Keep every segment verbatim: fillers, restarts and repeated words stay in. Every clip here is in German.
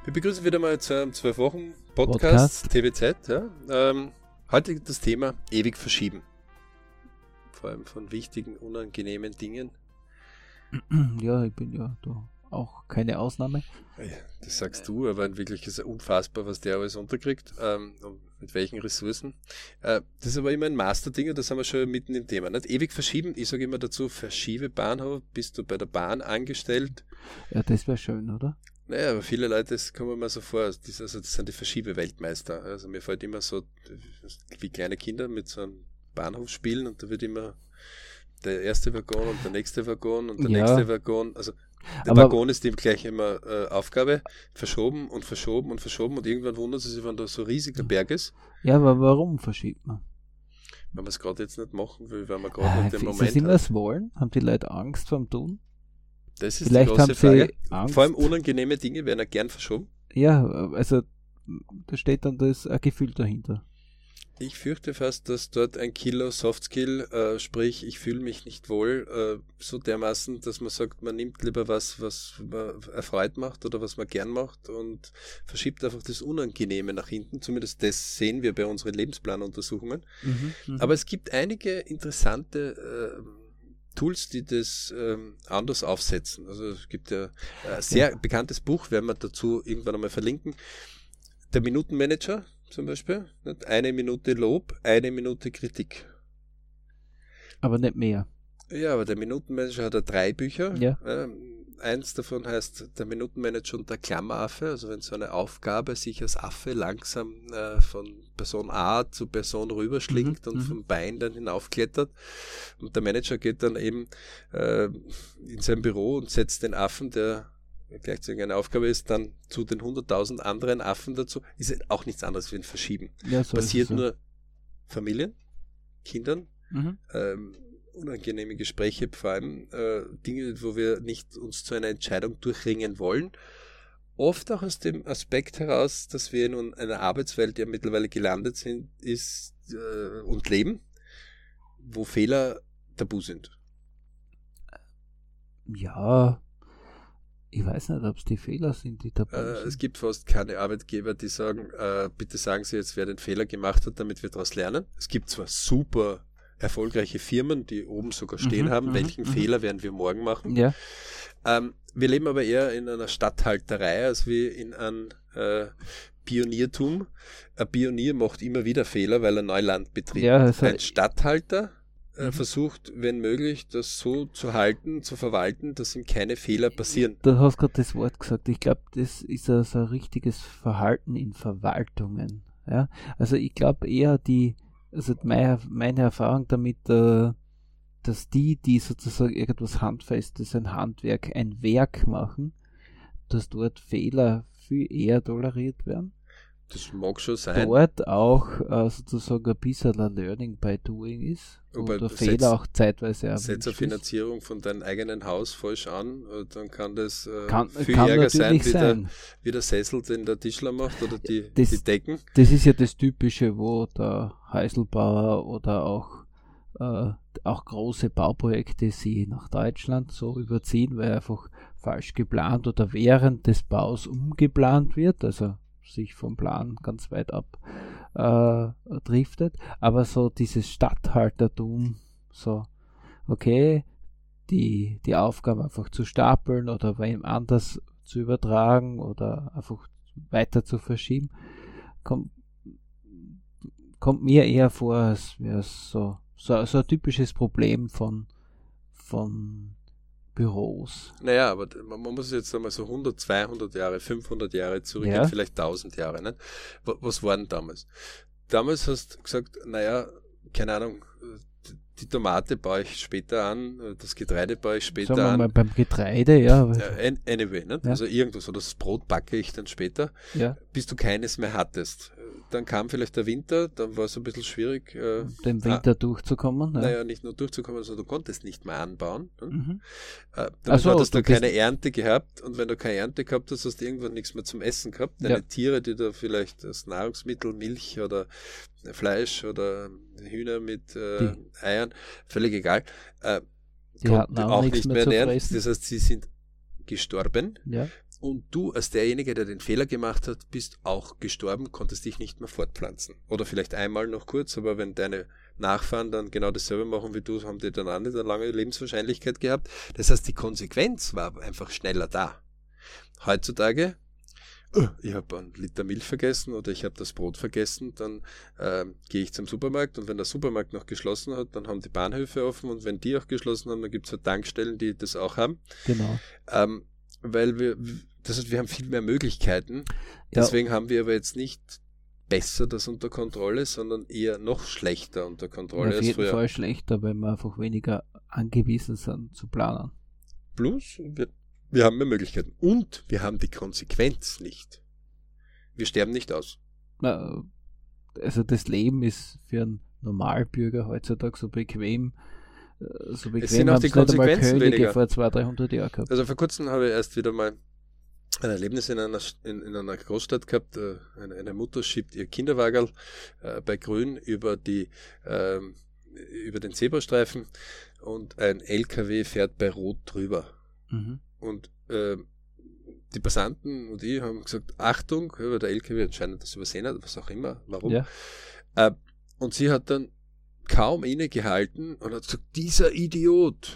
Wir begrüßen wieder mal zu einem zwölf Wochen Podcast, Podcast. T W Z. Ja. Ähm, heute das Thema ewig verschieben. Vor allem von wichtigen, unangenehmen Dingen. Ja, ich bin ja da auch keine Ausnahme. Ja, das sagst du, aber in Wirklichkeit ist es unfassbar, was der alles unterkriegt, ähm, mit welchen Ressourcen. Äh, das ist aber immer ein Masterding und da sind wir schon mitten im Thema. Nicht? Ewig verschieben, ich sage immer dazu, verschiebe Bahnhof, bist du bei der Bahn angestellt. Ja, das wäre schön, oder? Naja, aber viele Leute, das kommen mir so vor, das, also das sind die Verschiebe-Weltmeister. Also mir fällt immer so, wie kleine Kinder mit so einem Bahnhof spielen und da wird immer der erste Waggon und der nächste Waggon und der ja. nächste Waggon, also der aber Waggon ist ihm gleich immer äh, Aufgabe, verschoben und verschoben und verschoben und irgendwann wundert sie sich, wenn da so riesiger Berg ist. Ja, aber warum verschiebt man? Wenn man es gerade jetzt nicht machen will, weil man gerade äh, nicht den Moment Moment Sie hat. das wollen? Haben die Leute Angst vorm Tun? Das ist Vielleicht die große haben Frage. Sie Angst. Vor allem unangenehme Dinge werden ja gern verschoben. Ja, also da steht dann das ein Gefühl dahinter. Ich fürchte fast, dass dort ein Killer Softskill, äh, sprich, ich fühle mich nicht wohl, äh, so dermaßen, dass man sagt, man nimmt lieber was, was man erfreut macht oder was man gern macht und verschiebt einfach das Unangenehme nach hinten. Zumindest das sehen wir bei unseren Lebensplanuntersuchungen. Mhm, mh. Aber es gibt einige interessante äh, Tools, die das ähm, anders aufsetzen. Also es gibt ja ein sehr ja. bekanntes Buch, werden wir dazu irgendwann einmal verlinken. Der Minutenmanager zum Beispiel. Nicht? Eine Minute Lob, eine Minute Kritik. Aber nicht mehr. Ja, aber der Minutenmanager hat ja drei Bücher. Ja. Ähm, eins davon heißt der Minutenmanager und der Klammeraffe. Also wenn so eine Aufgabe sich als Affe langsam äh, von Person A zu Person rüberschlingt mhm, und vom Bein dann hinaufklettert. Und der Manager geht dann eben äh, in sein Büro und setzt den Affen, der gleichzeitig eine Aufgabe ist, dann zu den hunderttausend anderen Affen dazu, ist auch nichts anderes wie ein Verschieben. Ja, so Passiert ist es, nur ja. Familien, Kindern, Mhm. ähm, unangenehme Gespräche, vor allem äh, Dinge, wo wir nicht uns zu einer Entscheidung durchringen wollen. Oft auch aus dem Aspekt heraus, dass wir in einer Arbeitswelt ja mittlerweile gelandet sind ist äh, und leben, wo Fehler tabu sind. Ja, ich weiß nicht, ob es die Fehler sind, die dabei äh, sind. Es gibt fast keine Arbeitgeber, die sagen, äh, bitte sagen Sie jetzt, wer den Fehler gemacht hat, damit wir daraus lernen. Es gibt zwar super erfolgreiche Firmen, die oben sogar stehen Mhm, haben, mhm, welchen mhm. Fehler werden wir morgen machen. Ja, Ähm, wir leben aber eher in einer Statthalterei, als wie in einem äh, Pioniertum. Ein Pionier macht immer wieder Fehler, weil er Neuland betritt. Ja, also- Ein Statthalter äh, Mhm. versucht, wenn möglich, das so zu halten, zu verwalten, dass ihm keine Fehler passieren. du hast gerade das Wort gesagt. Ich glaube, das ist also ein richtiges Verhalten in Verwaltungen. Ja? Also ich glaube eher die, also meine, meine Erfahrung damit, äh, dass die, die sozusagen irgendwas Handfestes, ein Handwerk, ein Werk machen, dass dort Fehler viel eher toleriert werden. Das mag schon sein. Dort auch äh, sozusagen ein bisschen ein Learning by Doing ist, wo Wobei, der setz- Fehler auch zeitweise Setzt eine erwünscht ist. Finanzierung von deinem eigenen Haus falsch an, äh, dann kann das äh, Kann, viel kann Ärger sein, natürlich wie der, sein. wie der Sessel, den der Tischler macht oder die, Das- die Decken. Das ist ja das Typische, wo der Heiselbauer oder auch, äh, auch große Bauprojekte sie nach Deutschland so überziehen, weil einfach falsch geplant oder während des Baus umgeplant wird, also sich vom Plan ganz weit ab äh, driftet. Aber so dieses Statthaltertum, so, okay, die, die Aufgabe einfach zu stapeln oder wem anders zu übertragen oder einfach weiter zu verschieben, kommt, kommt mir eher vor, als wäre es so, so, so ein typisches Problem von, von Büros. Naja, aber d- man man muss jetzt einmal so hundert, zweihundert Jahre, fünfhundert Jahre zurückgehen, Ja. vielleicht tausend Jahre. Ne? Wa- Was war denn damals? Damals hast du gesagt, naja, keine Ahnung, äh, d- die Tomate baue ich später an, äh, das Getreide baue ich später Sagen wir an. mal beim Getreide, ja. aber- Ja, an- anyway, ne? Ja. Also irgendwas, oder das Brot backe ich dann später, ja. bis du keines mehr hattest. Dann kam vielleicht der Winter, dann war es ein bisschen schwierig, äh, Den Winter durchzukommen. Ja. naja, nicht nur durchzukommen, sondern du konntest nicht mehr anbauen. Ne? Mhm. Äh, Ach damit so, hattest du du bist- keine Ernte gehabt und wenn du keine Ernte gehabt hast, hast du irgendwann nichts mehr zum Essen gehabt. Deine Ja. Tiere, die du vielleicht als Nahrungsmittel, Milch oder Fleisch oder Hühner mit äh, Eiern, völlig egal, äh, Die konnten hatten auch nichts mehr mehr zu ernähren. fressen. Das heißt, sie sind gestorben. Ja. Und du als derjenige, der den Fehler gemacht hat, bist auch gestorben, konntest dich nicht mehr fortpflanzen. Oder vielleicht einmal noch kurz, aber wenn deine Nachfahren dann genau dasselbe machen wie du, haben die dann auch nicht eine lange Lebenswahrscheinlichkeit gehabt. Das heißt, die Konsequenz war einfach schneller da. Heutzutage, oh, ich habe einen Liter Milch vergessen oder ich habe das Brot vergessen, dann äh, gehe ich zum Supermarkt und wenn der Supermarkt noch geschlossen hat, dann haben die Bahnhöfe offen und wenn die auch geschlossen haben, dann gibt es halt Tankstellen, die das auch haben. Genau. Ähm, weil wir, das heißt, wir haben viel mehr Möglichkeiten. Ja. Deswegen haben wir aber jetzt nicht besser das unter Kontrolle, sondern eher noch schlechter unter Kontrolle. Auf jeden Fall schlechter, weil wir einfach weniger angewiesen sind zu planen. Plus, wir, wir haben mehr Möglichkeiten. Und wir haben die Konsequenz nicht. Wir sterben nicht aus. Na, also das Leben ist für einen Normalbürger heutzutage so bequem, so bequem es sind auch die Konsequenzen weniger. Vor zweihundert, dreihundert Jahren gehabt. Also vor kurzem habe ich erst wieder mal ein Erlebnis in einer, in, in einer Großstadt gehabt. Eine, eine Mutter schiebt ihr Kinderwagerl äh, bei Grün über, die, äh, über den Zebrastreifen und ein L K W fährt bei Rot drüber. Mhm. Und äh, die Passanten und ich haben gesagt, Achtung, weil der L K W anscheinend das übersehen hat, was auch immer, warum. Ja. Äh, und sie hat dann kaum innegehalten und hat gesagt, dieser Idiot.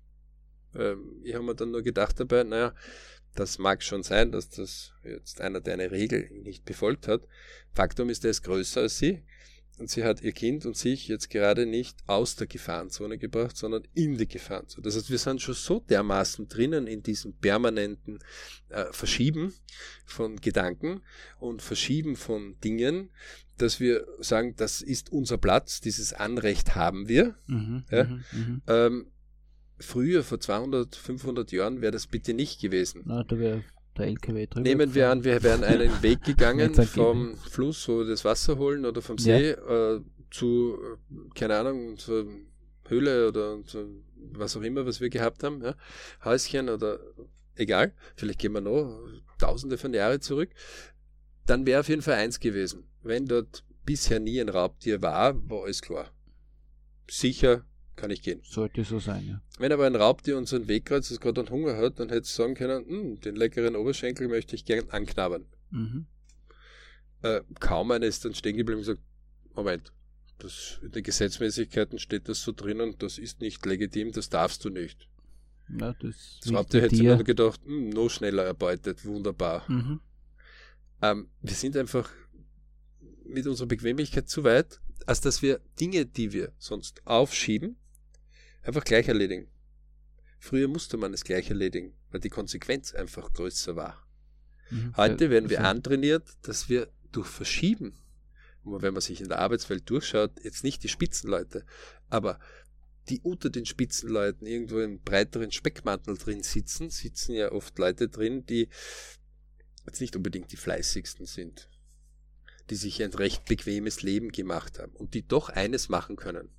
Ähm, ich habe mir dann nur gedacht dabei, naja, das mag schon sein, dass das jetzt einer, der eine Regel nicht befolgt hat. Faktum ist, er ist größer als sie und sie hat ihr Kind und sich jetzt gerade nicht aus der Gefahrenzone gebracht, sondern in die Gefahrenzone. Das heißt, wir sind schon so dermaßen drinnen in diesem permanenten äh, Verschieben von Gedanken und Verschieben von Dingen, dass wir sagen, das ist unser Platz, dieses Anrecht haben wir. Mhm, ja? mhm, mhm. Ähm, früher, vor zweihundert, fünfhundert Jahren, wäre das bitte nicht gewesen. Na, da wäre der L K W drüber. Nehmen wir an, wir wären einen Weg gegangen vom Fluss, wo wir das Wasser holen oder vom See ja. äh, zu, keine Ahnung, zur Höhle oder zu was auch immer, was wir gehabt haben, ja? Häuschen oder egal, vielleicht gehen wir noch tausende von Jahren zurück, dann wäre auf jeden Fall eins gewesen. Wenn dort bisher nie ein Raubtier war, war alles klar. Sicher kann ich gehen. Sollte so sein, ja. Wenn aber ein Raubtier unseren Weg kreuzt, das gerade einen Hunger hat, dann hätte es sagen können, den leckeren Oberschenkel möchte ich gern anknabbern. Mhm. Äh, kaum einer ist dann stehen geblieben und gesagt, Moment, das, in den Gesetzmäßigkeiten steht das so drinnen, das ist nicht legitim, das darfst du nicht. Ja, das das Raubtier hätte sich dann gedacht, hm, noch schneller erbeutet, wunderbar. Mhm. Ähm, wir sind einfach mit unserer Bequemlichkeit zu weit, als dass wir Dinge, die wir sonst aufschieben, einfach gleich erledigen. Früher musste man es gleich erledigen, weil die Konsequenz einfach größer war. Mhm. Heute werden wir antrainiert, dass wir durch Verschieben, und wenn man sich in der Arbeitswelt durchschaut, jetzt nicht die Spitzenleute, aber die unter den Spitzenleuten irgendwo im breiteren Speckmantel drin sitzen, sitzen ja oft Leute drin, die jetzt nicht unbedingt die fleißigsten sind, die sich ein recht bequemes Leben gemacht haben und die doch eines machen können.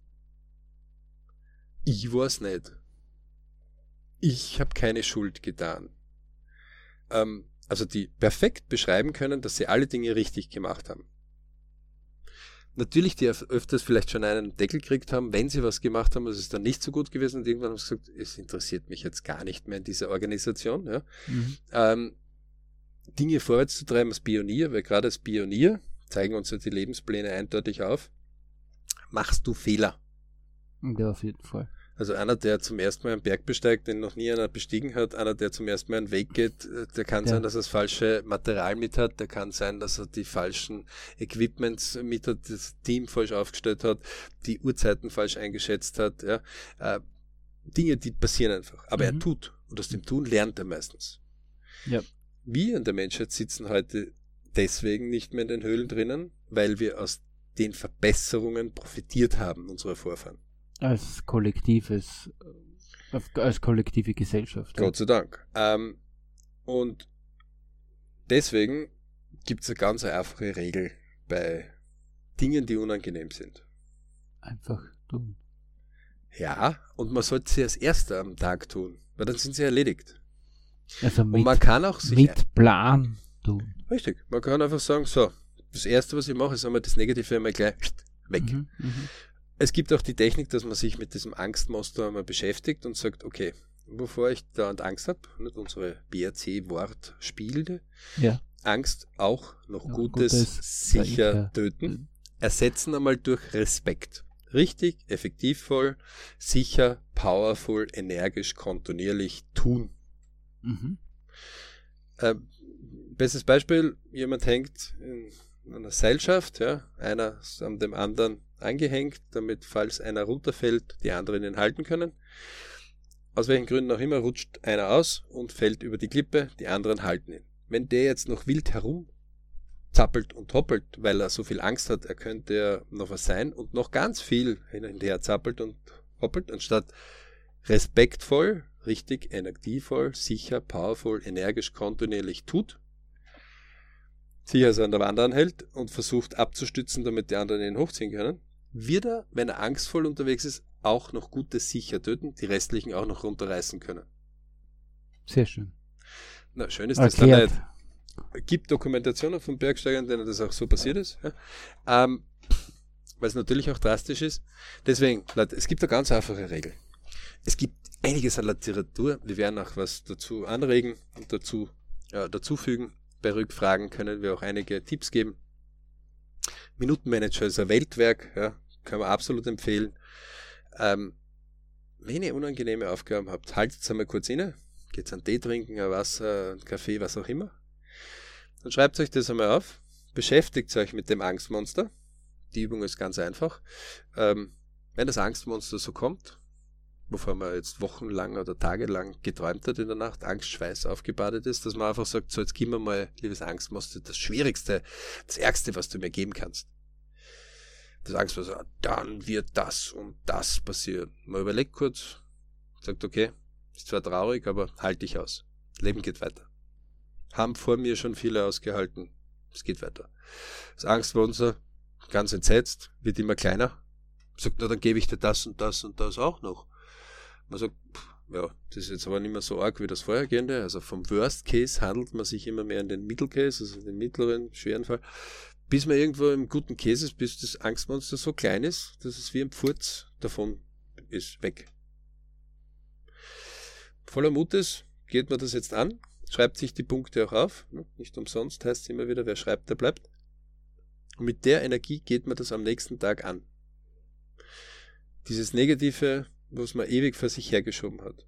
Ich war's nicht. Ich habe keine Schuld getan. Ähm, also die perfekt beschreiben können, dass sie alle Dinge richtig gemacht haben. Natürlich, die öfters vielleicht schon einen Deckel gekriegt haben, wenn sie was gemacht haben, das ist dann nicht so gut gewesen und irgendwann haben sie gesagt, es interessiert mich jetzt gar nicht mehr in dieser Organisation. Ja. Mhm. Ähm, Dinge vorwärts zu treiben als Pionier, weil gerade als Pionier zeigen uns ja die Lebenspläne eindeutig auf, machst du Fehler. Ja, auf jeden Fall. Also einer, der zum ersten Mal einen Berg besteigt, den noch nie einer bestiegen hat, einer, der zum ersten Mal einen Weg geht, der kann ja. sein, dass er das falsche Material mit hat, der kann sein, dass er die falschen Equipments mit hat, das Team falsch aufgestellt hat, die Uhrzeiten falsch eingeschätzt hat. Ja. Äh, Dinge, die passieren einfach. Aber mhm. er tut. Und aus dem Tun lernt er meistens. Ja. Wir in der Menschheit sitzen heute deswegen nicht mehr in den Höhlen drinnen, weil wir aus den Verbesserungen profitiert haben, unserer Vorfahren. Als kollektives, als kollektive Gesellschaft. Gott sei Dank. Ähm, und deswegen gibt es eine ganz einfache Regel bei Dingen, die unangenehm sind. Einfach tun. Ja, und man sollte sie als Erster am Tag tun, weil dann sind sie erledigt. Also mit, und man kann auch sich mit Plan tun. Richtig, man kann einfach sagen, so, das Erste, was ich mache, ist einmal das Negative einmal gleich weg. Mhm, mh. Es gibt auch die Technik, dass man sich mit diesem Angstmonster einmal beschäftigt und sagt, okay, wovor ich da Angst habe, nicht unsere B R C-Wortspiele. Ja. Angst auch noch Ja, Gutes, Gutes sicher sicher töten. Ersetzen einmal durch Respekt. Richtig, effektivvoll, sicher, powerful, energisch, kontinuierlich tun. Mhm. Äh, bestes Beispiel, jemand hängt in einer Seilschaft, ja, einer ist an dem anderen angehängt, damit, falls einer runterfällt, die anderen ihn halten können. Aus welchen Gründen auch immer rutscht einer aus und fällt über die Klippe, die anderen halten ihn. Wenn der jetzt noch wild herumzappelt und hoppelt, weil er so viel Angst hat, er könnte ja noch was sein und noch ganz viel hin und her zappelt und hoppelt, anstatt respektvoll, richtig, energievoll, sicher, powerful, energisch, kontinuierlich tut, sich also an der Wand anhält und versucht abzustützen, damit die anderen ihn hochziehen können, wird er, wenn er angstvoll unterwegs ist, auch noch Gutes sicher töten, die restlichen auch noch runterreißen können. Sehr schön. Na, schön ist das dann nicht. Es gibt Dokumentationen von Bergsteigern, denen das auch so passiert ist, ja. ähm, weil es natürlich auch drastisch ist. Deswegen, Leute, es gibt eine ganz einfache Regel. Es gibt einiges an Literatur. Wir werden auch was dazu anregen und dazu ja, dazufügen. Bei Rückfragen können wir auch einige Tipps geben. Minutenmanager ist ein Weltwerk, ja, kann man absolut empfehlen. Ähm, wenn ihr unangenehme Aufgaben habt, haltet es einmal kurz inne, geht einen Tee trinken, ein Wasser, einen Kaffee, was auch immer. Dann schreibt euch das einmal auf, beschäftigt euch mit dem Angstmonster. Die Übung ist ganz einfach. Ähm, wenn das Angstmonster so kommt, wovon man jetzt wochenlang oder tagelang geträumt hat in der Nacht, Angstschweiß aufgebadet ist, dass man einfach sagt, so jetzt gib mir mal, liebes Angstmonster, das Schwierigste, das Ärgste, was du mir geben kannst. Das Angstmonster, dann wird das und das passieren. Man überlegt kurz, sagt, okay, ist zwar traurig, aber halte ich aus. Leben geht weiter. Haben vor mir schon viele ausgehalten. Es geht weiter. Das Angstmonster, ganz entsetzt, wird immer kleiner. Sagt, na dann gebe ich dir das und das und das auch noch. Man sagt, ja, das ist jetzt aber nicht mehr so arg wie das vorhergehende. Also vom Worst Case handelt man sich immer mehr in den Middle Case, also in den mittleren, schweren Fall. Bis man irgendwo im guten Case ist, bis das Angstmonster so klein ist, dass es wie ein Pfurz davon ist, weg. Voller Mutes geht man das jetzt an, schreibt sich die Punkte auch auf. Nicht umsonst heißt es immer wieder, wer schreibt, der bleibt. Und mit der Energie geht man das am nächsten Tag an. Dieses Negative, was man ewig vor sich hergeschoben hat.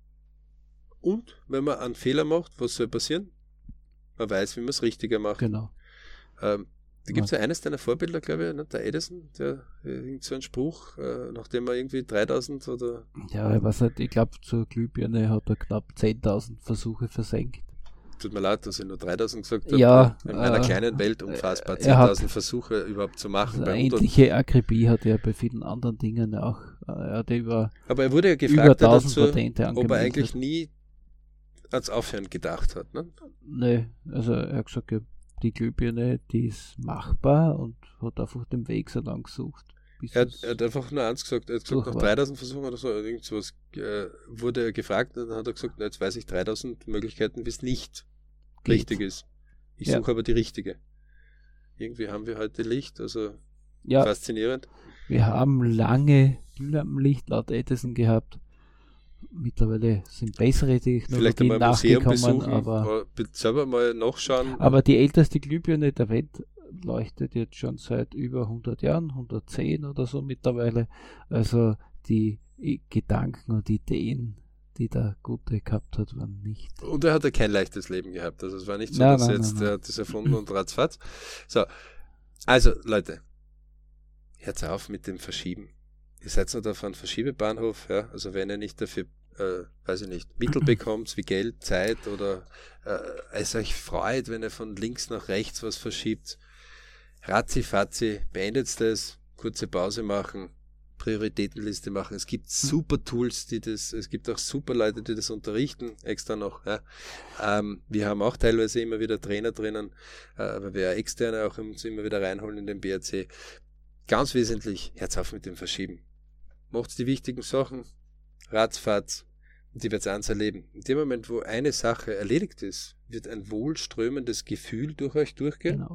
Und wenn man einen Fehler macht, was soll passieren? Man weiß, wie man es richtiger macht. Genau. Ähm, da gibt es ja eines deiner Vorbilder, glaube ich, ne? Der Edison, der irgend so einen Spruch, äh, nachdem er irgendwie dreitausend oder... Ja, ich weiß nicht, ich glaube, zur Glühbirne hat er knapp zehntausend Versuche versenkt. Tut mir leid, dass ich nur dreitausend gesagt habe. Ja, in meiner äh, kleinen Welt unfassbar, er hat- zehntausend Versuche überhaupt zu machen. Also bei hundert. ähnliche Akribie hat er bei vielen anderen Dingen auch. Er hat über, Aber er wurde ja über gefragt tausend dazu, Patente ob er angemeldet. eigentlich nie ans Aufhören gedacht hat. Ne? Nee, also er hat gesagt, ja, die Glühbirne, die ist machbar und hat einfach den Weg so lang gesucht. Bis Er hat, es- er hat einfach nur eins gesagt, er hat gesagt, Durch nach war. dreitausend Versuchen oder so, irgend sowas, äh, wurde er gefragt und dann hat er gesagt, na, jetzt weiß ich dreitausend Möglichkeiten, wie es nicht Geht. richtig ist. Ich Ja. suche aber die richtige. Irgendwie haben wir heute Licht, also ja, faszinierend. wir haben lange Glühlampenlicht laut Edison gehabt. Mittlerweile sind bessere Vielleicht Technologien einmal ein Museum nachgekommen, besuchen, aber, aber bitte selber mal nachschauen. aber die älteste Glühbirne der Welt leuchtet jetzt schon seit über hundert Jahren, hundertzehn oder so mittlerweile. Also die I- Gedanken und Ideen, die der Gute gehabt hat, waren nicht. Und er hat ja kein leichtes Leben gehabt. Also es war nicht so, Nein, dass nein, er jetzt nein, nein. er hat das erfunden und ratzfatz. So, also Leute, hört auf mit dem Verschieben. Ihr seid noch auf einem Verschiebebahnhof, ja. Also wenn ihr nicht dafür, äh, weiß ich nicht, Mittel bekommt, wie Geld, Zeit oder äh, es euch freut, wenn ihr von links nach rechts was verschiebt, ratzi fatzi, beendet das, kurze Pause machen, Prioritätenliste machen. Es gibt super Tools, die das, es gibt auch super Leute, die das unterrichten, extra noch. Ja. Ähm, wir haben auch teilweise immer wieder Trainer drinnen, äh, aber wir externe auch uns immer wieder reinholen in den B R C. Ganz wesentlich, Herz auf mit dem Verschieben. Macht die wichtigen Sachen, ratzfatz, und die wird es eins erleben. In dem Moment, wo eine Sache erledigt ist, wird ein wohlströmendes Gefühl durch euch durchgehen. Genau.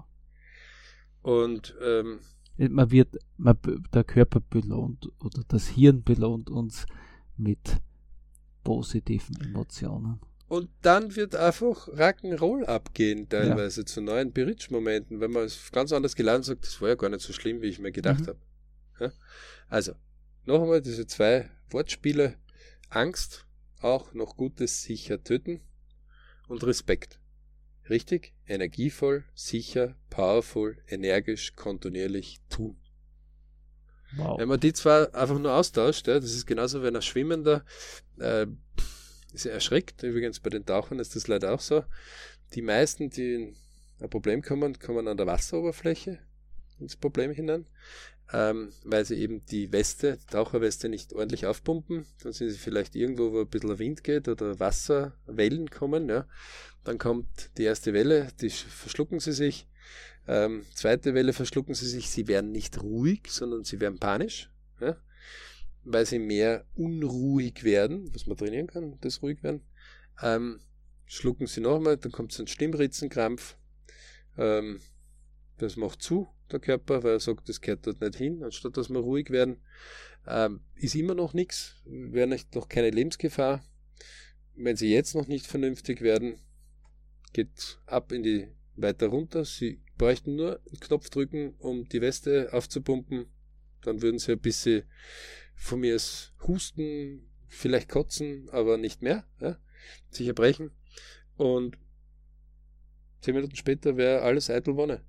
Und ähm, Man wird, man, der Körper belohnt oder das Hirn belohnt uns mit positiven Emotionen. Und dann wird einfach Rock'n'Roll abgehen, teilweise ja. zu neuen Bridge-Momenten, wenn man es ganz anders geladen sagt, das war ja gar nicht so schlimm, wie ich mir gedacht mhm. habe. Ja? Also, noch einmal diese zwei Wortspiele, Angst, auch noch Gutes sicher töten und Respekt. Richtig, energievoll, sicher, powerful, energisch, kontinuierlich tun. Wow. Wenn man die zwei einfach nur austauscht, ja, das ist genauso, wenn ein Schwimmender äh, ist erschreckt, übrigens bei den Tauchern ist das leider auch so. Die meisten, die in ein Problem kommen, kommen an der Wasseroberfläche ins Problem hinein, ähm, weil sie eben die Weste, die Taucherweste nicht ordentlich aufpumpen. Dann sind sie vielleicht irgendwo, wo ein bisschen Wind geht oder Wasserwellen kommen. Ja. Dann kommt die erste Welle, die verschlucken sie sich. Ähm, zweite Welle verschlucken sie sich, sie werden nicht ruhig, sondern sie werden panisch. Ja. Weil sie mehr unruhig werden, was man trainieren kann, das ruhig werden, ähm, schlucken sie nochmal, dann kommt es ein Stimmritzenkrampf, ähm, das macht zu, der Körper, weil er sagt, das gehört dort nicht hin, anstatt dass wir ruhig werden, ähm, ist immer noch nichts, wäre nicht, noch keine Lebensgefahr. Wenn sie jetzt noch nicht vernünftig werden, geht ab in die weiter runter, sie bräuchten nur einen Knopf drücken, um die Weste aufzupumpen, dann würden sie ein bisschen von mir ist husten, vielleicht kotzen, aber nicht mehr, ja, sich erbrechen. Und zehn Minuten später wäre alles eitel Wonne.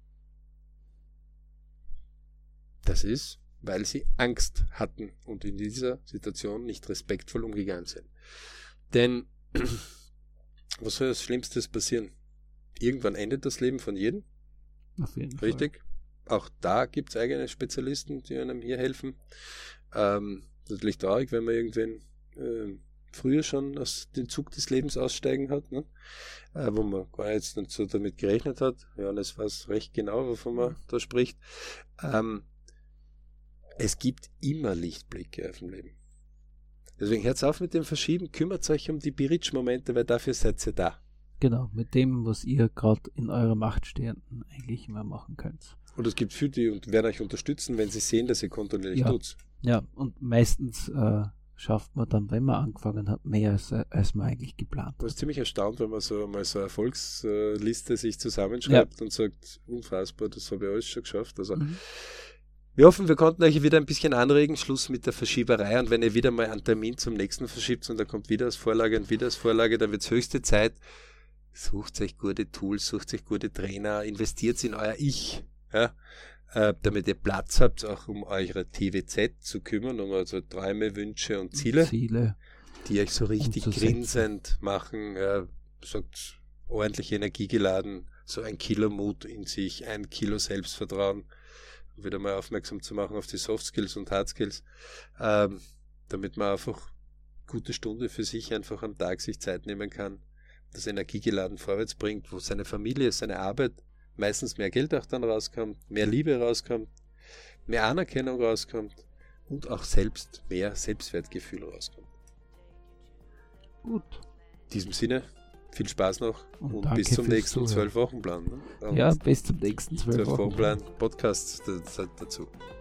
Das ist, weil sie Angst hatten und in dieser Situation nicht respektvoll umgegangen sind. Denn was soll das Schlimmste passieren? Irgendwann endet das Leben von jedem. Auf jeden Richtig? Fall. Auch da gibt es eigene Spezialisten, die einem hier helfen. Ähm, natürlich traurig, wenn man irgendwann äh, früher schon aus dem Zug des Lebens aussteigen hat, ne? äh, wo man gar jetzt nicht so damit gerechnet hat. Johannes weiß recht genau, wovon man da spricht. Ähm, es gibt immer Lichtblicke auf dem Leben. Deswegen hört auf mit dem Verschieben, kümmert euch um die Bridge-Momente, weil dafür seid ihr da. Genau, mit dem, was ihr gerade in eurer Macht Stehenden eigentlich immer machen könnt. Und es gibt viele, die werden euch unterstützen, wenn sie sehen, dass ihr kontinuierlich ja. tut. Ja, und meistens äh, schafft man dann, wenn man angefangen hat, mehr als, als man eigentlich geplant hat. Ich bin ziemlich erstaunt, wenn man so mal so eine Erfolgsliste sich zusammenschreibt ja. und sagt, unfassbar, das habe ich alles schon geschafft. Also mhm. wir hoffen, wir konnten euch wieder ein bisschen anregen. Schluss mit der Verschieberei. Und wenn ihr wieder mal einen Termin zum nächsten verschiebt und dann kommt wieder als Vorlage und wieder als Vorlage, dann wird es höchste Zeit. Sucht euch gute Tools, sucht euch gute Trainer, investiert in euer Ich. Ja, äh, damit ihr Platz habt, auch um eure T W Z zu kümmern, um also Träume, Wünsche und Ziele, Ziele die euch so richtig grinsend machen, äh, sagt, ordentlich energiegeladen, so ein Kilo Mut in sich, ein Kilo Selbstvertrauen, um wieder mal aufmerksam zu machen auf die Soft Skills und Hard Skills, ähm, damit man einfach gute Stunde für sich einfach am Tag sich Zeit nehmen kann, das energiegeladen vorwärts bringt, wo seine Familie, seine Arbeit meistens mehr Geld auch dann rauskommt, mehr Liebe rauskommt, mehr Anerkennung rauskommt und auch selbst mehr Selbstwertgefühl rauskommt. Gut. In diesem Sinne, viel Spaß noch und, und bis zum nächsten zwölf Wochen Plan. Ne? Ja, bis zum nächsten zwölf Wochen Plan Podcast dazu.